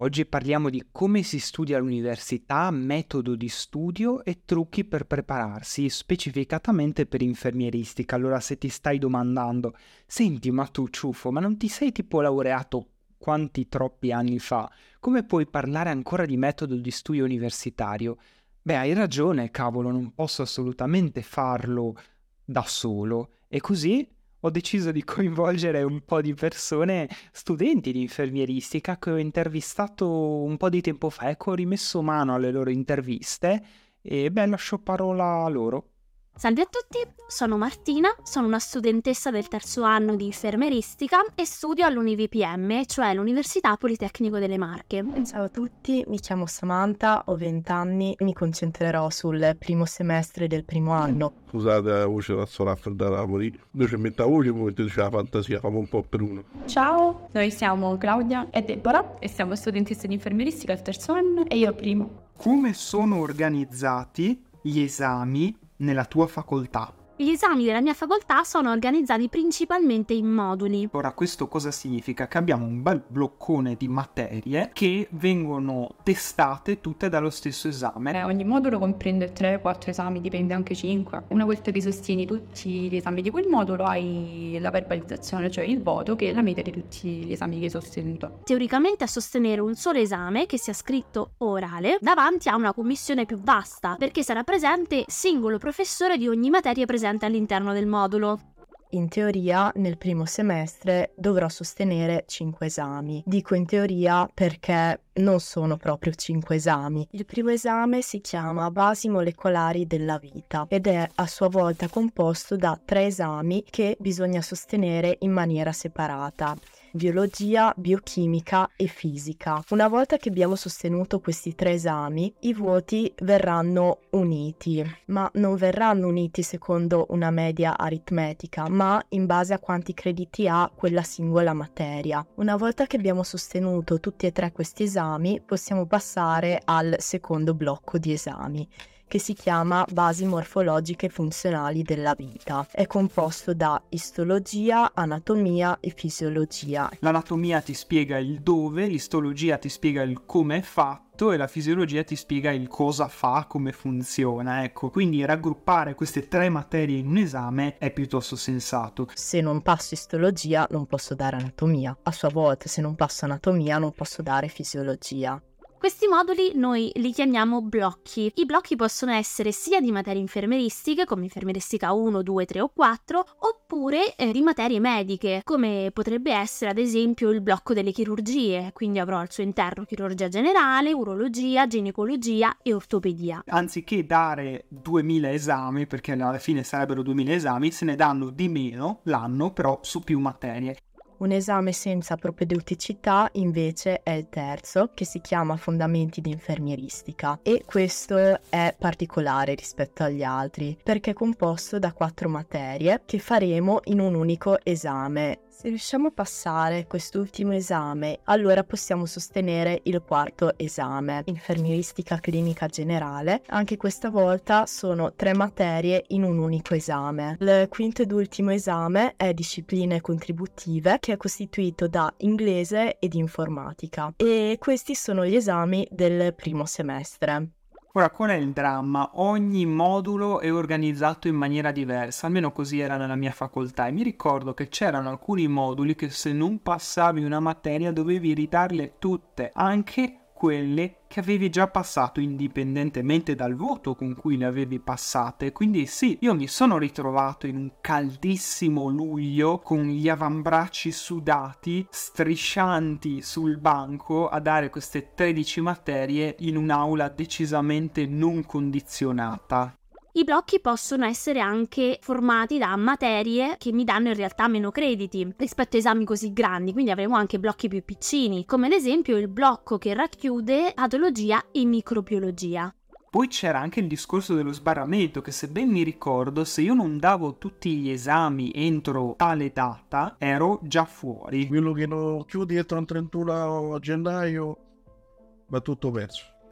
Oggi parliamo di come si studia all'università, metodo di studio e trucchi per prepararsi, specificatamente per infermieristica. Allora, se ti stai domandando, senti, ma tu ciuffo, ma non ti sei tipo laureato quanti troppi anni fa? Come puoi parlare ancora di metodo di studio universitario? Beh, hai ragione, cavolo, non posso assolutamente farlo da solo. E così ho deciso di coinvolgere un po' di persone, studenti di infermieristica, che ho intervistato un po' di tempo fa, ecco, ho rimesso mano alle loro interviste e beh, lascio parola a loro. Salve a tutti, sono Martina, sono una studentessa del terzo anno di infermieristica e studio all'UniVPM, cioè l'Università Politecnico delle Marche. Ciao a tutti, mi chiamo Samantha, ho 20 anni e mi concentrerò sul primo semestre del primo anno. Scusate la voce, la sto raffreddata da morire. Noi ci mettiamo voce e voi mettete la fantasia, famo un po' per uno. Ciao, noi siamo Claudia e Deborah e siamo studentesse di infermieristica al terzo anno e io al primo. Come sono organizzati gli esami nella tua facoltà? Gli esami della mia facoltà sono organizzati principalmente in moduli. Ora, questo cosa significa? Che abbiamo un bel bloccone di materie che vengono testate tutte dallo stesso esame. Ogni modulo comprende 3-4 esami, dipende anche 5. Una volta che sostieni tutti gli esami di quel modulo hai la verbalizzazione, cioè il voto, che è la media di tutti gli esami che hai sostenuto. Teoricamente a sostenere un solo esame, che sia scritto o orale, davanti a una commissione più vasta, perché sarà presente singolo professore di ogni materia presente all'interno del modulo. In teoria, nel primo semestre dovrò sostenere 5 esami. Dico in teoria perché non sono proprio 5 esami. Il primo esame si chiama Basi molecolari della vita ed è a sua volta composto da 3 esami che bisogna sostenere in maniera separata: biologia, biochimica e fisica. Una volta che abbiamo sostenuto questi 3 esami, i voti verranno uniti, ma non verranno uniti secondo una media aritmetica, ma in base a quanti crediti ha quella singola materia. Una volta che abbiamo sostenuto tutti e 3 questi esami, possiamo passare al secondo blocco di esami, che si chiama Basi morfologiche e funzionali della vita. È composto da istologia, anatomia e fisiologia. L'anatomia ti spiega il dove, l'istologia ti spiega il come è fatto e la fisiologia ti spiega il cosa fa, come funziona, ecco. Quindi raggruppare queste 3 materie in un esame è piuttosto sensato. Se non passo istologia non posso dare anatomia. A sua volta, se non passo anatomia non posso dare fisiologia. Questi moduli noi li chiamiamo blocchi. I blocchi possono essere sia di materie infermieristiche, come infermieristica 1, 2, 3 o 4, oppure di materie mediche, come potrebbe essere ad esempio il blocco delle chirurgie, quindi avrò al suo interno chirurgia generale, urologia, ginecologia e ortopedia. Anziché dare 2000 esami, perché alla fine sarebbero 2000 esami, se ne danno di meno l'anno, però su più materie. Un esame senza propedeuticità invece è il terzo, che si chiama Fondamenti di infermieristica, e questo è particolare rispetto agli altri perché è composto da 4 materie che faremo in un unico esame. Se riusciamo a passare quest'ultimo esame, allora possiamo sostenere il quarto esame, infermieristica clinica generale. Anche questa volta sono 3 materie in un unico esame. Il quinto ed ultimo esame è discipline contributive, che è costituito da inglese ed informatica. E questi sono gli esami del primo semestre. Ora, qual è il dramma? Ogni modulo è organizzato in maniera diversa, almeno così era nella mia facoltà, e mi ricordo che c'erano alcuni moduli che se non passavi una materia dovevi ridarle tutte, anche quelle che avevi già passato indipendentemente dal voto con cui le avevi passate. Quindi sì, io mi sono ritrovato in un caldissimo luglio con gli avambracci sudati, striscianti sul banco a dare queste 13 materie in un'aula decisamente non condizionata. I blocchi possono essere anche formati da materie che mi danno in realtà meno crediti rispetto a esami così grandi, quindi avremo anche blocchi più piccini, come ad esempio il blocco che racchiude patologia e microbiologia. Poi c'era anche il discorso dello sbarramento, che se ben mi ricordo, se io non davo tutti gli esami entro tale data, ero già fuori. Quello che non chiudi entro il 31 gennaio va tutto perso.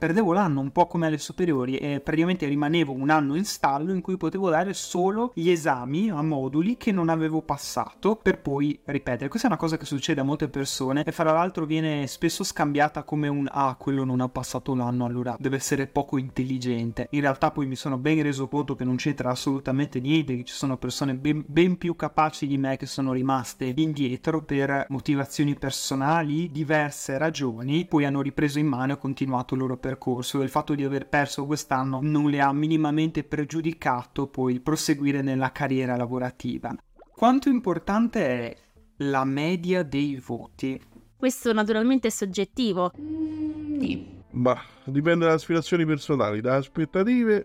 perdevo l'anno un po' come alle superiori e praticamente rimanevo un anno in stallo in cui potevo dare solo gli esami a moduli che non avevo passato per poi ripetere. Questa è una cosa che succede a molte persone e fra l'altro viene spesso scambiata come un quello non ha passato l'anno, allora deve essere poco intelligente. In realtà poi mi sono ben reso conto che non c'entra assolutamente niente, che ci sono persone ben più capaci di me che sono rimaste indietro per motivazioni personali, diverse ragioni, poi hanno ripreso in mano e continuato il loro percorso, e il fatto di aver perso quest'anno non le ha minimamente pregiudicato poi il proseguire nella carriera lavorativa. Quanto importante è la media dei voti? Questo naturalmente è soggettivo. Sì. Ma dipende dalle aspirazioni personali, dalle aspettative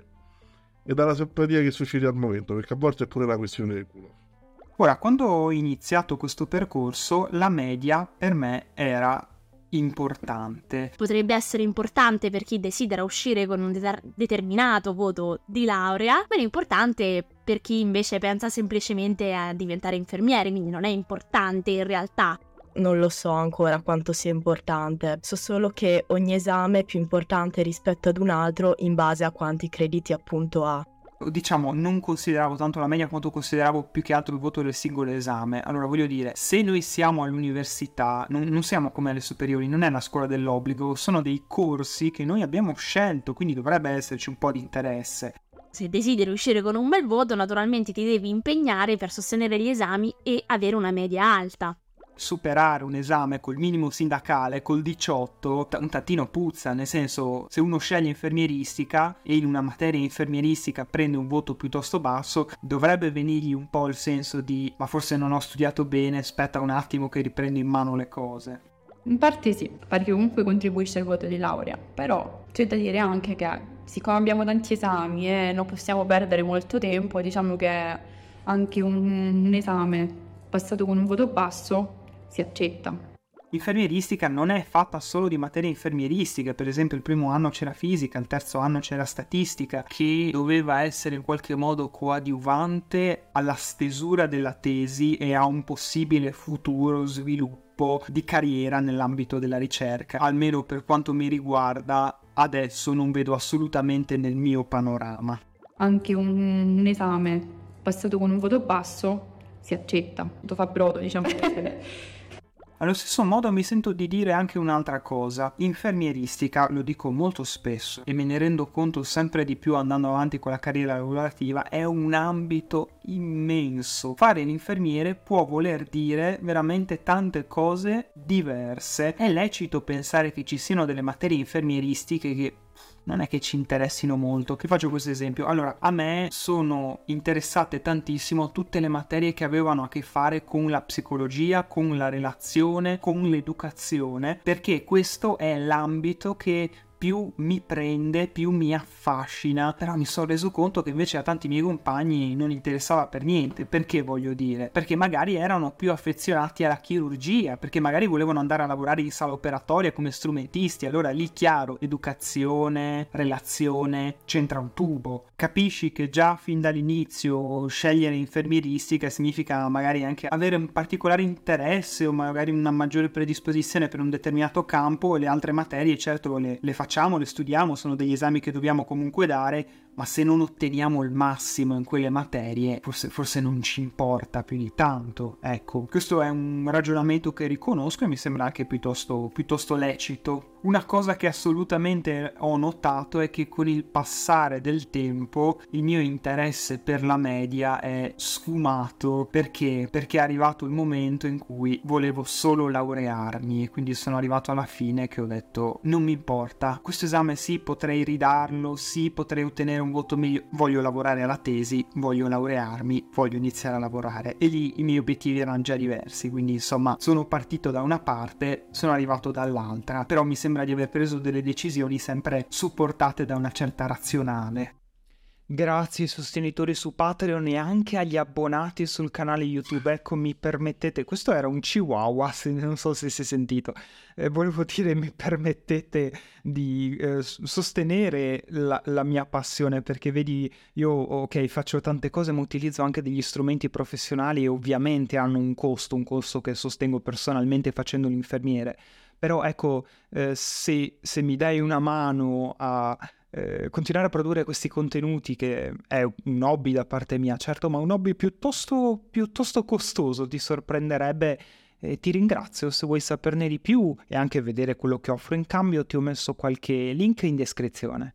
e dalla simpatia che succede al momento, perché a volte è pure una questione del culo. Ora, quando ho iniziato questo percorso, la media per me era importante. Potrebbe essere importante per chi desidera uscire con un determinato voto di laurea, ma è importante per chi invece pensa semplicemente a diventare infermiere, quindi non è importante in realtà. Non lo so ancora quanto sia importante, so solo che ogni esame è più importante rispetto ad un altro in base a quanti crediti appunto ha. Diciamo, non consideravo tanto la media quanto consideravo più che altro il voto del singolo esame. Allora, voglio dire, se noi siamo all'università, non siamo come alle superiori, non è la scuola dell'obbligo, sono dei corsi che noi abbiamo scelto, quindi dovrebbe esserci un po' di interesse. Se desideri uscire con un bel voto, naturalmente ti devi impegnare per sostenere gli esami e avere una media alta. Superare un esame col minimo sindacale, col 18, un tantino puzza, nel senso, se uno sceglie infermieristica e in una materia infermieristica prende un voto piuttosto basso, dovrebbe venirgli un po' il senso di ma forse non ho studiato bene, aspetta un attimo che riprendo in mano le cose. In parte sì, perché comunque contribuisce al voto di laurea, però c'è da dire anche che siccome abbiamo tanti esami e non possiamo perdere molto tempo, diciamo che anche un esame passato con un voto basso si accetta. L'infermieristica non è fatta solo di materie infermieristiche, per esempio il primo anno c'era fisica, il terzo anno c'era statistica, che doveva essere in qualche modo coadiuvante alla stesura della tesi e a un possibile futuro sviluppo di carriera nell'ambito della ricerca. Almeno per quanto mi riguarda, adesso non vedo assolutamente nel mio panorama. Anche un esame passato con un voto basso si accetta, lo fa brodo, diciamo. Allo stesso modo mi sento di dire anche un'altra cosa. Infermieristica, lo dico molto spesso e me ne rendo conto sempre di più andando avanti con la carriera lavorativa, è un ambito immenso. Fare l'infermiere può voler dire veramente tante cose diverse. È lecito pensare che ci siano delle materie infermieristiche che non è che ci interessino molto. Ti faccio questo esempio. Allora, a me sono interessate tantissimo tutte le materie che avevano a che fare con la psicologia, con la relazione, con l'educazione, perché questo è l'ambito che più mi prende, più mi affascina. Però mi sono reso conto che invece a tanti miei compagni non interessava per niente. Perché voglio dire? Perché magari erano più affezionati alla chirurgia, perché magari volevano andare a lavorare in sala operatoria come strumentisti. Allora lì chiaro, educazione, relazione, c'entra un tubo. Capisci che già fin dall'inizio scegliere infermieristica significa magari anche avere un particolare interesse o magari una maggiore predisposizione per un determinato campo, e le altre materie certo le facciamo, le studiamo, sono degli esami che dobbiamo comunque dare, ma se non otteniamo il massimo in quelle materie forse non ci importa più di tanto. Ecco, questo è un ragionamento che riconosco e mi sembra anche piuttosto lecito. Una cosa che assolutamente ho notato è che con il passare del tempo il mio interesse per la media è sfumato. Perché? Perché è arrivato il momento in cui volevo solo laurearmi e quindi sono arrivato alla fine che ho detto non mi importa, questo esame sì, potrei ridarlo, sì, potrei ottenere un voto meglio, voglio lavorare alla tesi, voglio laurearmi, voglio iniziare a lavorare, e lì i miei obiettivi erano già diversi, quindi insomma sono partito da una parte, sono arrivato dall'altra, però mi sembra di aver preso delle decisioni sempre supportate da una certa razionale. Grazie ai sostenitori su Patreon e anche agli abbonati sul canale YouTube. Ecco, mi permettete, questo era un chihuahua, non so se si è sentito, volevo dire mi permettete di sostenere la mia passione, perché vedi, io ok faccio tante cose ma utilizzo anche degli strumenti professionali e ovviamente hanno un costo che sostengo personalmente facendo l'infermiere. Però ecco, se mi dai una mano a continuare a produrre questi contenuti, che è un hobby da parte mia, certo, ma un hobby piuttosto costoso, ti sorprenderebbe. Ti ringrazio. Se vuoi saperne di più e anche vedere quello che offro in cambio, ti ho messo qualche link in descrizione.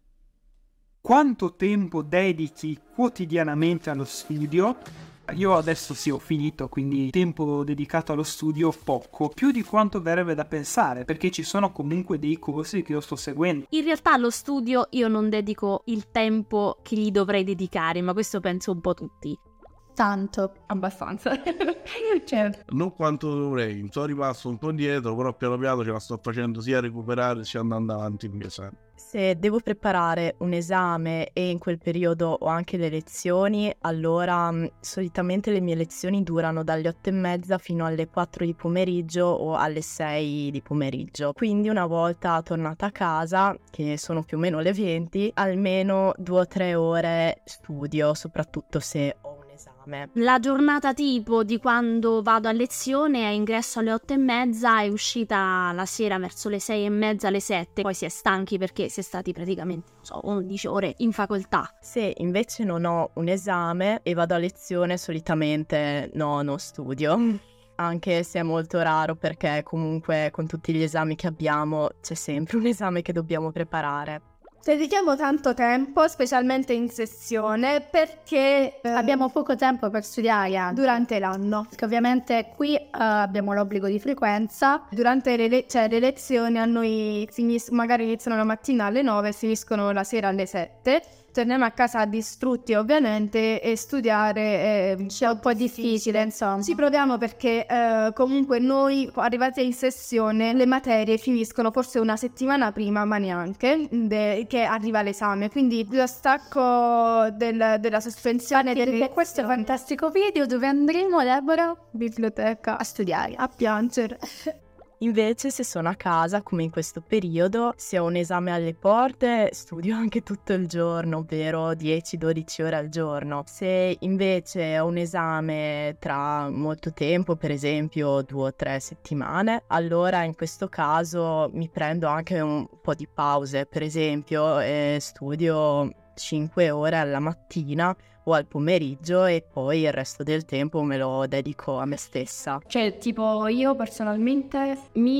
Quanto tempo dedichi quotidianamente allo studio? Io adesso sì, ho finito, quindi tempo dedicato allo studio poco, più di quanto verrebbe da pensare, perché ci sono comunque dei corsi che io sto seguendo. In realtà allo studio io non dedico il tempo che gli dovrei dedicare, ma questo penso un po' tutti. Tanto, abbastanza. Certo. Non quanto dovrei, sono rimasto un po' indietro, però piano piano ce la sto facendo sia a recuperare sia andando avanti in esame. Se devo preparare un esame e in quel periodo ho anche le lezioni, allora solitamente le mie lezioni durano dalle 8:30 fino alle 4 di pomeriggio o alle 6 di pomeriggio. Quindi una volta tornata a casa, che sono più o meno le 20, almeno 2 o 3 ore studio, soprattutto se ho un esame. La giornata tipo di quando vado a lezione è ingresso alle 8:30 e uscita la sera verso le 6:30, alle 7. Poi si è stanchi perché si è stati praticamente, 11 ore in facoltà. Se invece non ho un esame e vado a lezione, solitamente non studio. Anche se è molto raro, perché comunque con tutti gli esami che abbiamo c'è sempre un esame che dobbiamo preparare. Dedichiamo tanto tempo, specialmente in sessione, perché abbiamo poco tempo per studiare durante l'anno. Perché ovviamente qui abbiamo l'obbligo di frequenza. Durante le lezioni a noi magari iniziano la mattina alle 9 e finiscono la sera alle 7. Torniamo a casa distrutti ovviamente, e studiare è un po' difficile, insomma. Ci proviamo perché comunque noi arrivati in sessione le materie finiscono forse una settimana prima, ma neanche, che arriva l'esame. Quindi lo stacco della sospensione di questo fantastico video dove andremo, Deborah, biblioteca, a studiare, a piangere. Invece se sono a casa, come in questo periodo, se ho un esame alle porte, studio anche tutto il giorno, ovvero 10-12 ore al giorno. Se invece ho un esame tra molto tempo, per esempio 2 o 3 settimane, allora in questo caso mi prendo anche un po' di pause, per esempio studio 5 ore alla mattina o al pomeriggio e poi il resto del tempo me lo dedico a me stessa. Cioè, tipo, io personalmente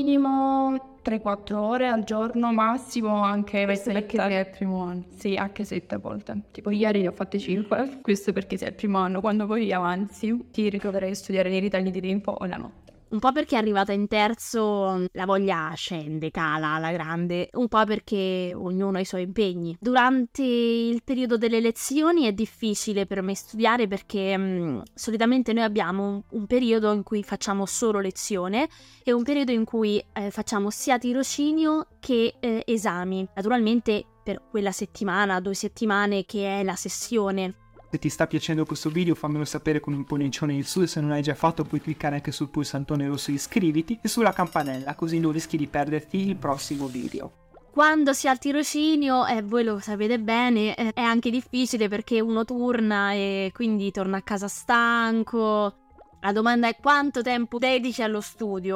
minimo 3-4 ore al giorno, massimo anche Questo perché sei al primo anno. Sì, anche 7 volte. Tipo ieri ne ho fatte 5. Questo perché sei al primo anno. Quando poi avanzi ti ritroverai a studiare nei ritagli di tempo o la notte. Un po' perché arrivata in terzo la voglia scende, cala alla grande, un po' perché ognuno ha i suoi impegni. Durante il periodo delle lezioni è difficile per me studiare perché solitamente noi abbiamo un periodo in cui facciamo solo lezione e un periodo in cui facciamo sia tirocinio che esami. Naturalmente per quella settimana, 2 settimane che è la sessione. Se ti sta piacendo questo video fammelo sapere con un pollicione in su, e se non hai già fatto puoi cliccare anche sul pulsantone rosso iscriviti e sulla campanella, così non rischi di perderti il prossimo video. Quando si ha il tirocinio, voi lo sapete bene, è anche difficile perché uno torna e quindi torna a casa stanco. La domanda è: quanto tempo dedici allo studio?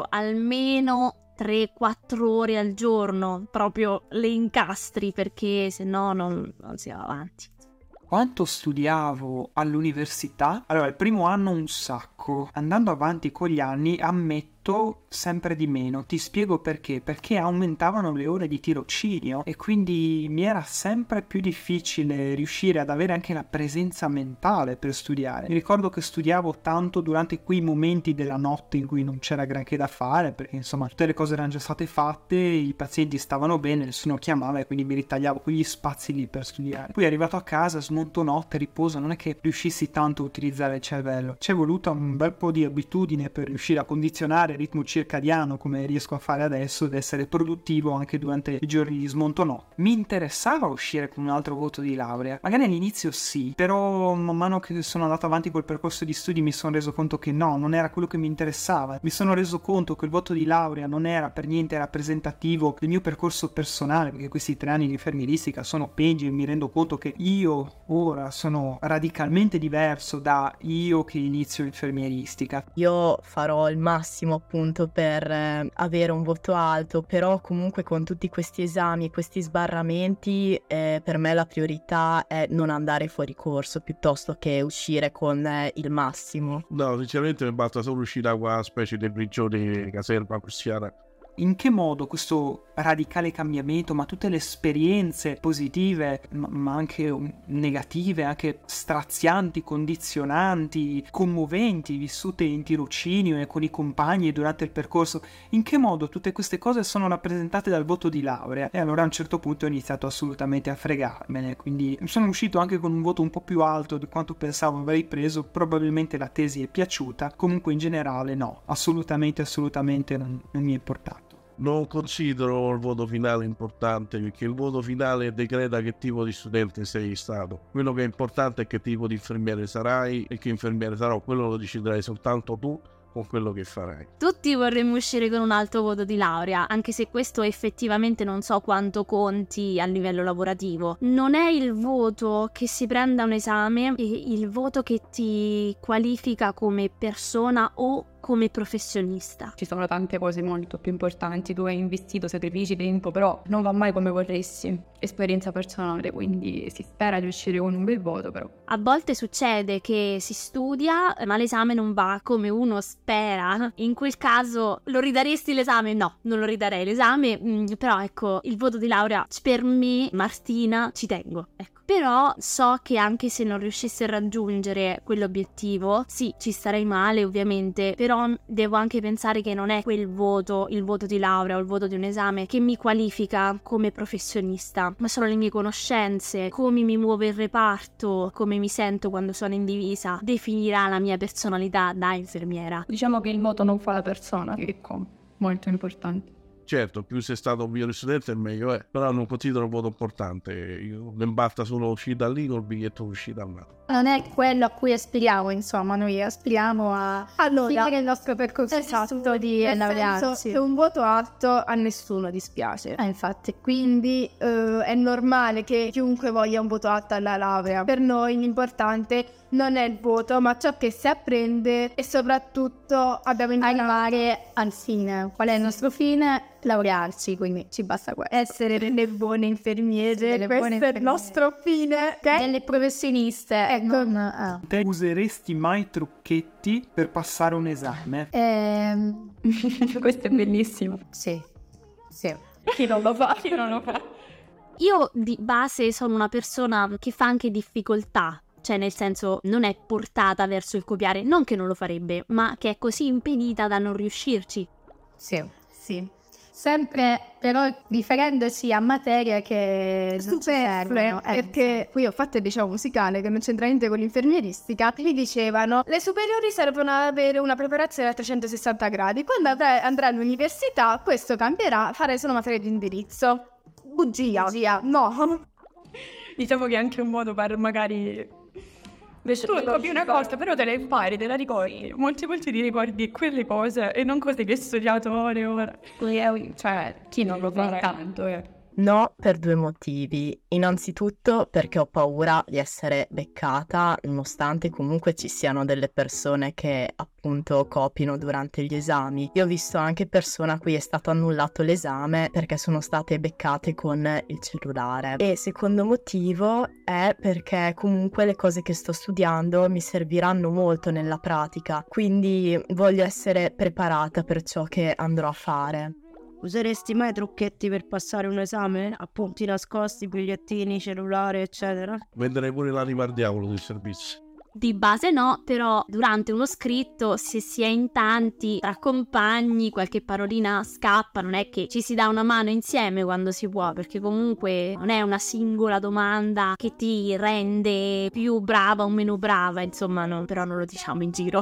Almeno 3-4 ore al giorno, proprio le incastri, perché se no non si va avanti. Quanto studiavo all'università? Allora, il primo anno un sacco. Andando avanti con gli anni ammetto sempre di meno. Ti spiego perché. Perché aumentavano le ore di tirocinio e quindi mi era sempre più difficile riuscire ad avere anche la presenza mentale per studiare. Mi ricordo che studiavo tanto durante quei momenti della notte in cui non c'era granché da fare, perché insomma tutte le cose erano già state fatte, i pazienti stavano bene, nessuno chiamava e quindi mi ritagliavo quegli spazi lì per studiare. Poi arrivato a casa, smonto notte, riposo, non è che riuscissi tanto a utilizzare il cervello. C'è voluto un bel po' di abitudine per riuscire a condizionare il ritmo circadiano come riesco a fare adesso ed essere produttivo anche durante i giorni di smonto notte. Mi interessava uscire con un altro voto di laurea, magari all'inizio sì, però man mano che sono andato avanti col percorso di studi mi sono reso conto che no, non era quello che mi interessava. Mi sono reso conto che il voto di laurea non era per niente rappresentativo del mio percorso personale, perché questi 3 anni di infermieristica sono peggio e mi rendo conto che io ora sono radicalmente diverso da io che inizio infermieristica. Io farò il massimo appunto per avere un voto alto, però comunque con tutti questi esami e questi sbarramenti per me la priorità è non andare fuori corso piuttosto che uscire con il massimo. No, sinceramente mi basta solo uscire da qua specie di prigione caserma prussiana. In che modo questo radicale cambiamento, ma tutte le esperienze positive, ma anche negative, anche strazianti, condizionanti, commoventi, vissute in tirocinio e con i compagni durante il percorso, in che modo tutte queste cose sono rappresentate dal voto di laurea? E allora a un certo punto ho iniziato assolutamente a fregarmene, quindi sono uscito anche con un voto un po' più alto di quanto pensavo avrei preso, probabilmente la tesi è piaciuta, comunque in generale no, assolutamente non mi è importato. Non considero il voto finale importante, perché il voto finale decreta che tipo di studente sei stato. Quello che è importante è che tipo di infermiere sarai e che infermiere sarò, quello lo deciderai soltanto tu con quello che farai. Tutti vorremmo uscire con un alto voto di laurea, anche se questo effettivamente non so quanto conti a livello lavorativo. Non è il voto che si prenda un esame e il voto che ti qualifica come persona o come professionista. Ci sono tante cose molto più importanti, tu hai investito sacrifici, tempo, però non va mai come vorresti. Esperienza personale, quindi si spera di uscire con un bel voto, però. A volte succede che si studia, ma l'esame non va come uno spera. In quel caso lo ridaresti l'esame? No, non lo ridarei l'esame, però ecco, il voto di laurea per me, Martina, ci tengo, ecco. Però so che anche se non riuscissi a raggiungere quell'obiettivo, sì, ci starei male ovviamente, però devo anche pensare che non è quel voto, il voto di laurea o il voto di un esame che mi qualifica come professionista, ma sono le mie conoscenze, come mi muove il reparto, come mi sento quando sono in divisa, definirà la mia personalità da infermiera. Diciamo che il voto non fa la persona, ecco, molto importante. Certo, più sei stato un migliore studente meglio è, però non considero un voto importante, io mi basta solo uscire da lì col biglietto d'uscita al nato. Non è quello a cui aspiriamo, insomma, noi aspiriamo a finire il nostro percorso esatto di laurearsi. Che un voto alto a nessuno dispiace. Infatti, quindi è normale che chiunque voglia un voto alto alla laurea. Per noi l'importante non è il voto, ma ciò che si apprende e soprattutto abbiamo arrivare al fine. Qual è il nostro fine? Laurearci, quindi ci basta essere delle buone infermiere, questo è il nostro fine, okay? Delle professioniste, ecco. Te useresti mai trucchetti per passare un esame? Questo è bellissimo. Sì. Chi non lo fa? Io di base sono una persona che fa anche difficoltà, cioè nel senso non è portata verso il copiare, non che non lo farebbe, ma che è così impedita da non riuscirci. Sì. Sempre però riferendosi a materie che superflue, perché qui ho fatto il liceo musicale che non c'entra niente con l'infermieristica, mi dicevano le superiori servono ad avere una preparazione a 360 gradi, quando andrà all'università questo cambierà, fare solo materie di indirizzo. Bugia, no. Diciamo che è anche un modo per magari... Tu copi una cosa, però te la impari, te la ricordi. Molte volte ti ricordi quelle cose e non cose che hai studiato ore e ore. Cioè, chi non lo fa tanto, No, per 2 motivi. Innanzitutto perché ho paura di essere beccata, nonostante comunque ci siano delle persone che appunto copino durante gli esami. Io ho visto anche persone a cui è stato annullato l'esame perché sono state beccate con il cellulare. E secondo motivo è perché comunque le cose che sto studiando mi serviranno molto nella pratica, quindi voglio essere preparata per ciò che andrò a fare. Useresti mai trucchetti per passare un esame? Appunti nascosti, bigliettini, cellulare, eccetera? Venderei pure l'anima al diavolo del servizio. Di base no, però durante uno scritto, se si è in tanti, tra compagni, qualche parolina scappa, non è che ci si dà una mano insieme quando si può, perché comunque non è una singola domanda che ti rende più brava o meno brava, insomma, però non lo diciamo in giro.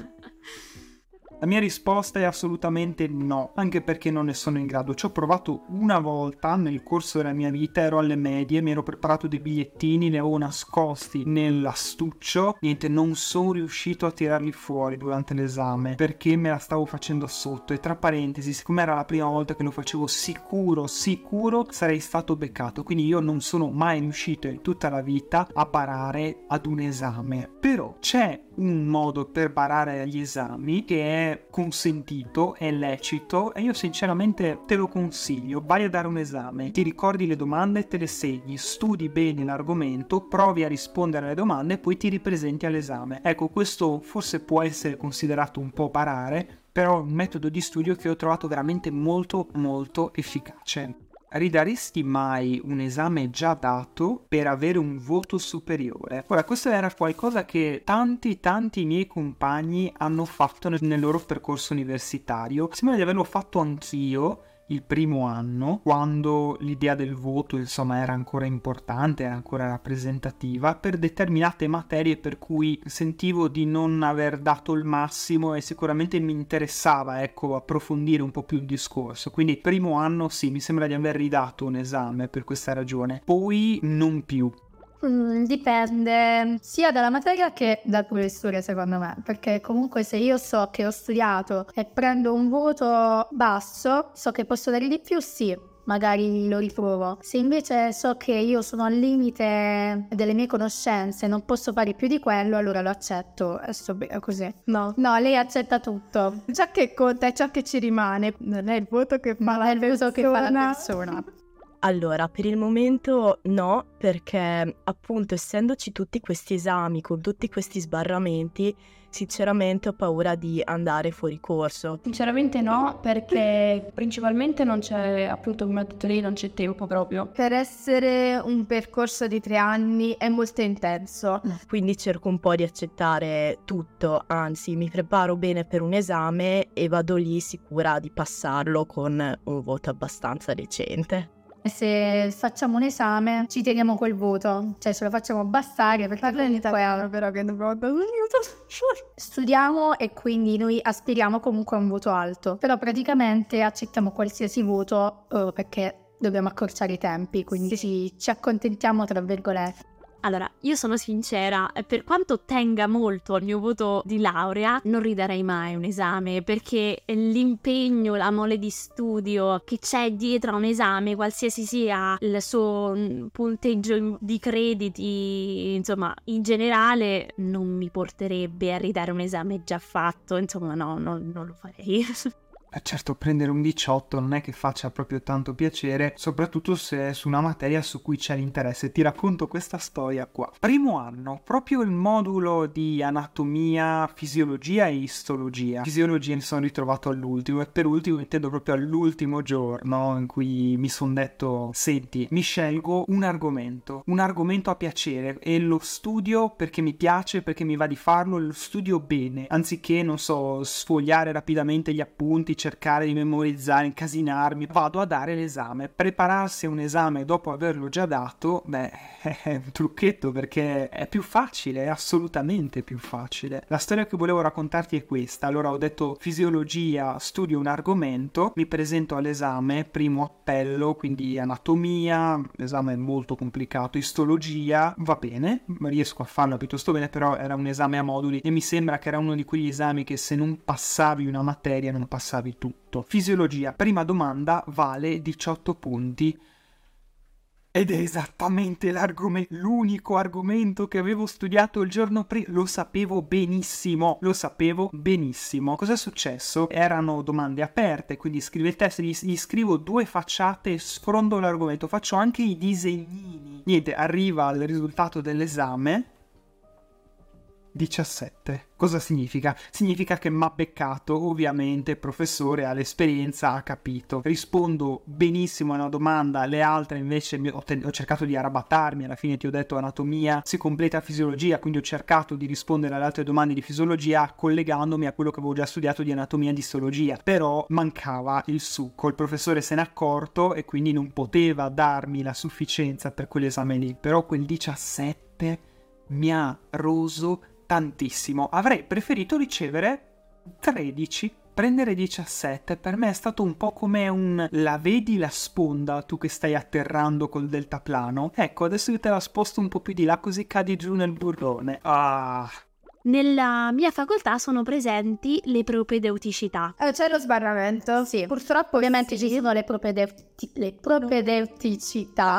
La mia risposta è assolutamente no, anche perché non ne sono in grado. Ci ho provato una volta nel corso della mia vita, ero alle medie, mi ero preparato dei bigliettini, li avevo nascosti nell'astuccio, niente, non sono riuscito a tirarli fuori durante l'esame perché me la stavo facendo sotto e tra parentesi, siccome era la prima volta che lo facevo sicuro sarei stato beccato, quindi io non sono mai riuscito in tutta la vita a barare ad un esame. Però c'è un modo per barare agli esami che è è consentito, è lecito e io sinceramente te lo consiglio. Vai a dare un esame, ti ricordi le domande, te le segni, studi bene l'argomento, provi a rispondere alle domande e poi ti ripresenti all'esame. Ecco, questo forse può essere considerato un po' barare, però è un metodo di studio che ho trovato veramente molto molto efficace. Ridaresti mai un esame già dato per avere un voto superiore? Ora, questo era qualcosa che tanti miei compagni hanno fatto nel loro percorso universitario. Sembra di averlo fatto anch'io il primo anno, quando l'idea del voto insomma era ancora importante, era ancora rappresentativa, per determinate materie per cui sentivo di non aver dato il massimo e sicuramente mi interessava, ecco, approfondire un po' più il discorso. Quindi primo anno sì, mi sembra di aver ridato un esame per questa ragione, poi non più. Dipende sia dalla materia che dal professore, secondo me, perché comunque se io so che ho studiato e prendo un voto basso, so che posso dare di più, sì, magari lo riprovo. Se invece so che io sono al limite delle mie conoscenze, non posso fare più di quello, allora lo accetto e sto bene così. No, lei accetta tutto. Ciò che conta è ciò che ci rimane, non è il voto che fa Ma è il voto che fa la persona. Allora, per il momento no, perché appunto essendoci tutti questi esami con tutti questi sbarramenti, sinceramente ho paura di andare fuori corso. Sinceramente no, perché principalmente non c'è, appunto come ha detto lei, non c'è tempo proprio. Per essere un percorso di 3 anni è molto intenso. Quindi cerco un po' di accettare tutto, anzi mi preparo bene per un esame e vado lì sicura di passarlo con un voto abbastanza decente. E se facciamo un esame ci teniamo quel voto, cioè se lo facciamo bastare, perché comunque però che studiamo e quindi noi aspiriamo comunque a un voto alto, però praticamente accettiamo qualsiasi voto perché dobbiamo accorciare i tempi, quindi ci accontentiamo tra virgolette. Allora, io sono sincera, per quanto tenga molto al mio voto di laurea, non ridarei mai un esame, perché l'impegno, la mole di studio che c'è dietro a un esame, qualsiasi sia il suo punteggio di crediti, insomma, in generale, non mi porterebbe a ridare un esame già fatto, insomma, no, non lo farei. Certo, prendere un 18 non è che faccia proprio tanto piacere, soprattutto se è su una materia su cui c'è l'interesse. Ti racconto questa storia qua. Primo anno, proprio il modulo di anatomia, fisiologia e istologia. Fisiologia mi sono ritrovato all'ultimo, e per ultimo intendo proprio all'ultimo giorno in cui mi sono detto: senti, mi scelgo un argomento a piacere e lo studio perché mi piace, perché mi va di farlo, lo studio bene, anziché, non so, sfogliare rapidamente gli appunti, cercare di memorizzare, incasinarmi. Vado a dare l'esame. Prepararsi a un esame dopo averlo già dato, è un trucchetto, perché è più facile, è assolutamente più facile. La storia che volevo raccontarti è questa. Allora, ho detto fisiologia, studio un argomento, mi presento all'esame, primo appello, quindi anatomia, l'esame è molto complicato, istologia, va bene, riesco a farlo piuttosto bene, però era un esame a moduli e mi sembra che era uno di quegli esami che se non passavi una materia non passavi tutto. Fisiologia, prima domanda, vale 18 punti ed è esattamente l'unico argomento che avevo studiato il giorno prima. Lo sapevo benissimo. Cosa è successo? Erano domande aperte, quindi scrivo il test, gli scrivo 2 facciate e sfrondo l'argomento, faccio anche i disegnini. Niente, arriva il risultato dell'esame: 17. Cosa significa? Significa che m'ha beccato, ovviamente il professore ha l'esperienza, ha capito. Rispondo benissimo a una domanda, alle altre invece ho cercato di arrabattarmi, alla fine ti ho detto anatomia, si completa fisiologia, quindi ho cercato di rispondere alle altre domande di fisiologia collegandomi a quello che avevo già studiato di anatomia e di istologia, però mancava il succo, il professore se n'è accorto e quindi non poteva darmi la sufficienza per quell'esame lì, però quel 17 mi ha roso tantissimo. Avrei preferito ricevere 13. Prendere 17 per me è stato un po' come la vedi la sponda, tu che stai atterrando col deltaplano? Ecco, adesso io te la sposto un po' più di là così cadi giù nel burrone. Nella mia facoltà sono presenti le propedeuticità. C'è lo sbarramento? Sì. Purtroppo ovviamente ci sono le propedeuticità,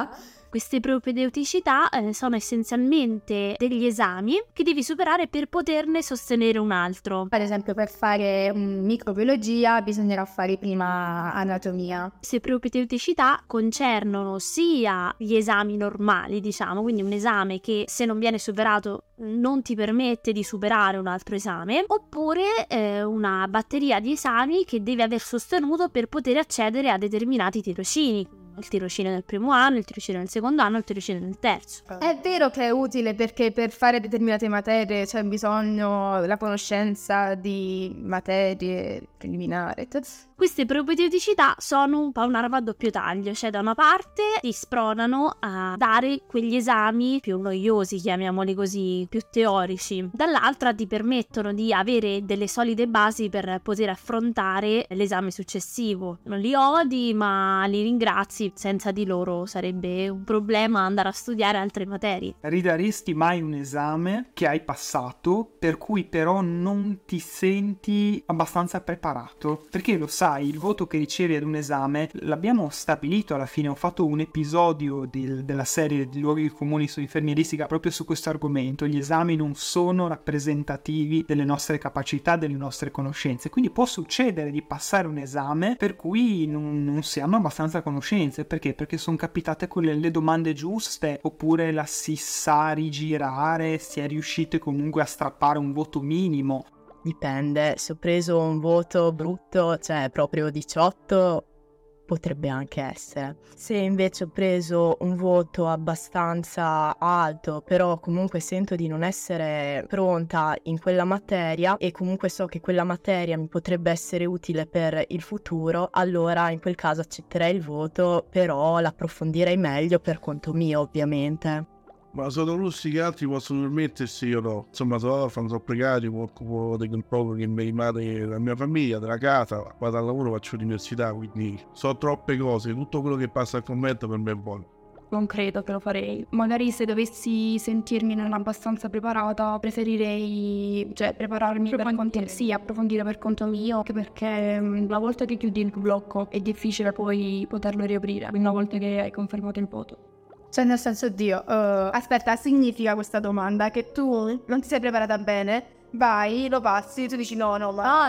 Queste propedeuticità sono essenzialmente degli esami che devi superare per poterne sostenere un altro. Per esempio, per fare microbiologia bisognerà fare prima anatomia. Queste propedeuticità concernono sia gli esami normali, diciamo, quindi un esame che se non viene superato non ti permette di superare un altro esame, oppure una batteria di esami che devi aver sostenuto per poter accedere a determinati tirocini. Il tirocinio del primo anno, il tirocinio del secondo anno, il tirocinio del terzo. È vero che è utile perché per fare determinate materie c'è bisogno della conoscenza di materie preliminari. Queste propedeuticità sono un po' un'arma a doppio taglio, cioè da una parte ti spronano a dare quegli esami più noiosi, chiamiamoli così, più teorici, dall'altra ti permettono di avere delle solide basi per poter affrontare l'esame successivo. Non li odi, ma li ringrazi, senza di loro sarebbe un problema andare a studiare altre materie. Ridaresti mai un esame che hai passato per cui però non ti senti abbastanza preparato? Perché lo sai, il voto che ricevi ad un esame l'abbiamo stabilito alla fine. Ho fatto un episodio della serie di luoghi comuni su infermieristica proprio su questo argomento. Gli esami non sono rappresentativi delle nostre capacità, delle nostre conoscenze, quindi può succedere di passare un esame per cui non si hanno abbastanza conoscenze. Perché? Perché sono capitate con le domande giuste, oppure la si sa rigirare, si è riusciti comunque a strappare un voto minimo. Dipende, se ho preso un voto brutto, cioè proprio 18, potrebbe anche essere. Se invece ho preso un voto abbastanza alto, però comunque sento di non essere pronta in quella materia e comunque so che quella materia mi potrebbe essere utile per il futuro, allora in quel caso accetterei il voto, però l'approfondirei meglio per conto mio, ovviamente. Ma sono lussi che altri possono permettersi, io no. Insomma, sono orfano, sono precario, mi occupo del poco che mi rimane della mia famiglia, della casa, vado al lavoro, faccio l'università, quindi so troppe cose, tutto quello che passa al convento per me è buono. Non credo che lo farei. Magari se dovessi sentirmi non abbastanza preparata, preferirei prepararmi per conto, sì, approfondire per conto mio, anche perché una volta che chiudi il blocco è difficile poi poterlo riaprire, una volta che hai confermato il voto. Cioè, nel senso, aspetta, significa questa domanda che tu non ti sei preparata bene, vai, lo passi, tu dici no,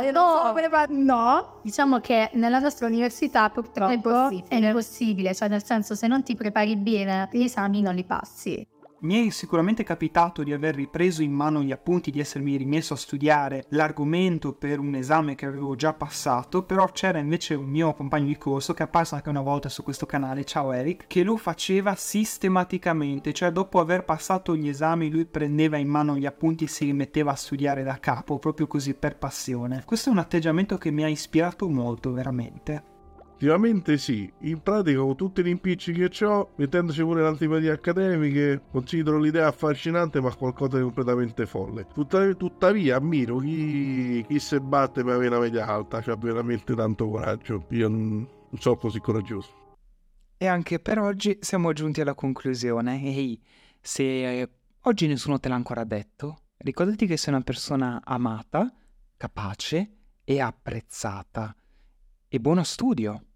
diciamo che nella nostra università purtroppo è impossibile, cioè nel senso, se non ti prepari bene gli esami non li passi. Mi è sicuramente capitato di aver ripreso in mano gli appunti, di essermi rimesso a studiare l'argomento per un esame che avevo già passato, però c'era invece un mio compagno di corso che è apparso anche una volta su questo canale, ciao Eric, che lo faceva sistematicamente, cioè dopo aver passato gli esami lui prendeva in mano gli appunti e si rimetteva a studiare da capo, proprio così per passione. Questo è un atteggiamento che mi ha ispirato molto, veramente. Effettivamente sì, in pratica con tutti gli impicci che ho, mettendoci pure le antipatie accademiche, considero l'idea affascinante ma qualcosa di completamente folle. Tuttavia ammiro chi si batte per avere una media alta, c'ha veramente tanto coraggio, io non sono così coraggioso. E anche per oggi siamo giunti alla conclusione. Ehi, se oggi nessuno te l'ha ancora detto, ricordati che sei una persona amata, capace e apprezzata. E buono studio!